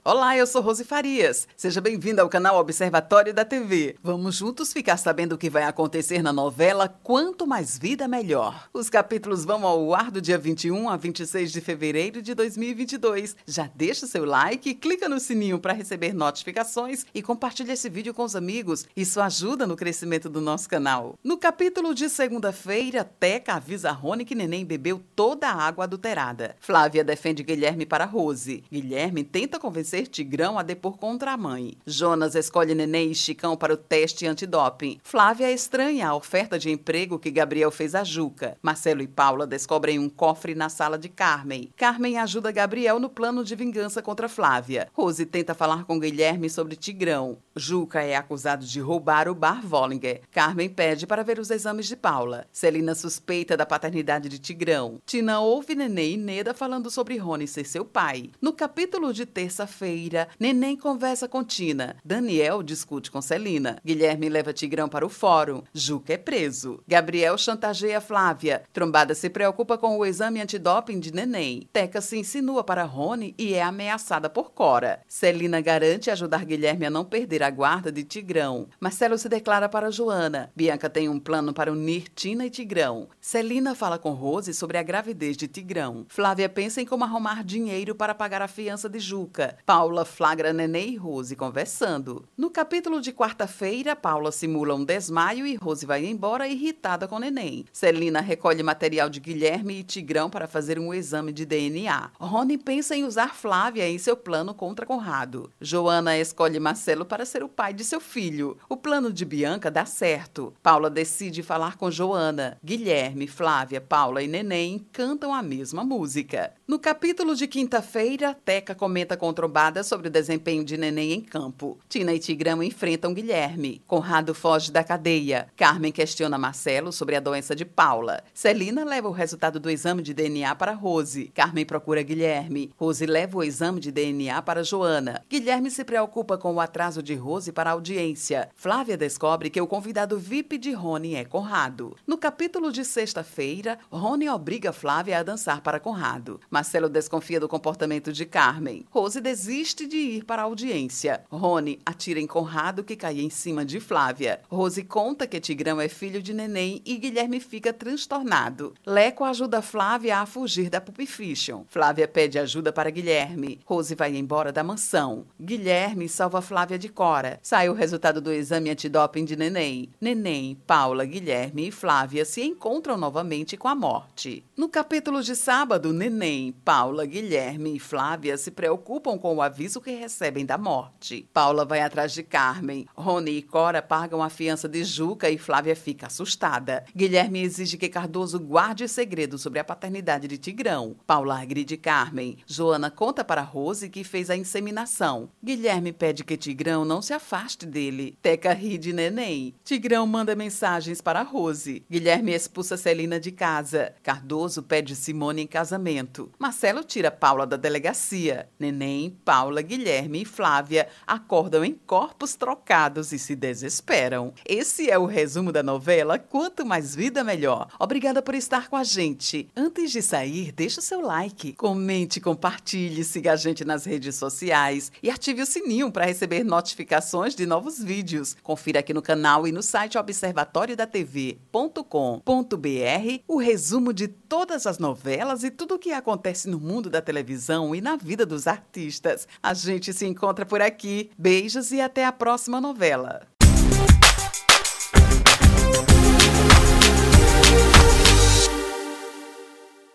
Olá, eu sou Rose Farias. Seja bem-vindo ao canal Observatório da TV. Vamos juntos ficar sabendo o que vai acontecer na novela Quanto Mais Vida Melhor. Os capítulos vão ao ar do dia 21 a 26 de fevereiro de 2022. Já deixa o seu like, clica no sininho para receber notificações e compartilha esse vídeo com os amigos. Isso ajuda no crescimento do nosso canal. No capítulo de segunda-feira, Teca avisa Rony que Neném bebeu toda a água adulterada. Flávia defende Guilherme para Rose. Guilherme tenta convencer Tigrão a depor contra a mãe. Jonas escolhe Neném e Chicão para o teste antidoping. Flávia estranha a oferta de emprego que Gabriel fez a Juca. Marcelo e Paula descobrem um cofre na sala de Carmen. Carmen ajuda Gabriel no plano de vingança contra Flávia. Rose tenta falar com Guilherme sobre Tigrão. Juca é acusado de roubar o bar Vollinger. Carmen pede para ver os exames de Paula. Celina suspeita da paternidade de Tigrão. Tina ouve Neném e Neda falando sobre Rony ser seu pai. No capítulo de terça-feira, Neném conversa com Tina. Daniel discute com Celina. Guilherme leva Tigrão para o fórum. Juca é preso. Gabriel chantageia Flávia. Trombada se preocupa com o exame antidoping de Neném. Teca se insinua para Rony e é ameaçada por Cora. Celina garante ajudar Guilherme a não perder a guarda de Tigrão. Marcelo se declara para Joana. Bianca tem um plano para unir Tina e Tigrão. Celina fala com Rose sobre a gravidez de Tigrão. Flávia pensa em como arrumar dinheiro para pagar a fiança de Juca. Paula flagra Neném e Rose conversando. No capítulo de quarta-feira, Paula simula um desmaio e Rose vai embora irritada com Neném. Celina recolhe material de Guilherme e Tigrão para fazer um exame de DNA. Rony pensa em usar Flávia em seu plano contra Conrado. Joana escolhe Marcelo para ser o pai de seu filho. O plano de Bianca dá certo. Paula decide falar com Joana. Guilherme, Flávia, Paula e Neném cantam a mesma música. No capítulo de quinta-feira, Teca comenta com Trombada sobre o desempenho de Neném em campo. Tina e Tigrão enfrentam Guilherme. Conrado foge da cadeia. Carmen questiona Marcelo sobre a doença de Paula. Celina leva o resultado do exame de DNA para Rose. Carmen procura Guilherme. Rose leva o exame de DNA para Joana. Guilherme se preocupa com o atraso de Rose para a audiência. Flávia descobre que o convidado VIP de Rony é Conrado. No capítulo de sexta-feira, Rony obriga Flávia a dançar para Conrado. Marcelo desconfia do comportamento de Carmen. Rose desiste de ir para a audiência. Rony atira em Conrado, que cai em cima de Flávia. Rose conta que Tigrão é filho de Neném e Guilherme fica transtornado. Leco ajuda Flávia a fugir da Pulp Fiction. Flávia pede ajuda para Guilherme. Rose vai embora da mansão. Guilherme salva Flávia de Cora. Sai o resultado do exame antidoping de Neném. Neném, Paula, Guilherme e Flávia se encontram novamente com a morte. No capítulo de sábado, Neném, Paula, Guilherme e Flávia se preocupam com o aviso que recebem da morte. Paula vai atrás de Carmen. Rony e Cora pagam a fiança de Juca e Flávia fica assustada. Guilherme exige que Cardoso guarde segredo sobre a paternidade de Tigrão. Paula agride Carmen. Joana conta para Rose que fez a inseminação. Guilherme pede que Tigrão não se afaste dele. Teca ri de Neném. Tigrão manda mensagens para Rose. Guilherme expulsa Celina de casa. Cardoso pede Simone em casamento. Marcelo tira Paula da delegacia. Neném, Paula, Guilherme e Flávia acordam em corpos trocados e se desesperam. Esse é o resumo da novela Quanto Mais Vida Melhor. Obrigada por estar com a gente. Antes de sair, deixa o seu like, comente, compartilhe, siga a gente nas redes sociais e ative o sininho para receber notificações de novos vídeos. Confira aqui no canal e no site observatoriodatv.com.br o resumo de todas as novelas e tudo o que acontece no mundo da televisão e na vida dos artistas. A gente se encontra por aqui. Beijos e até a próxima novela.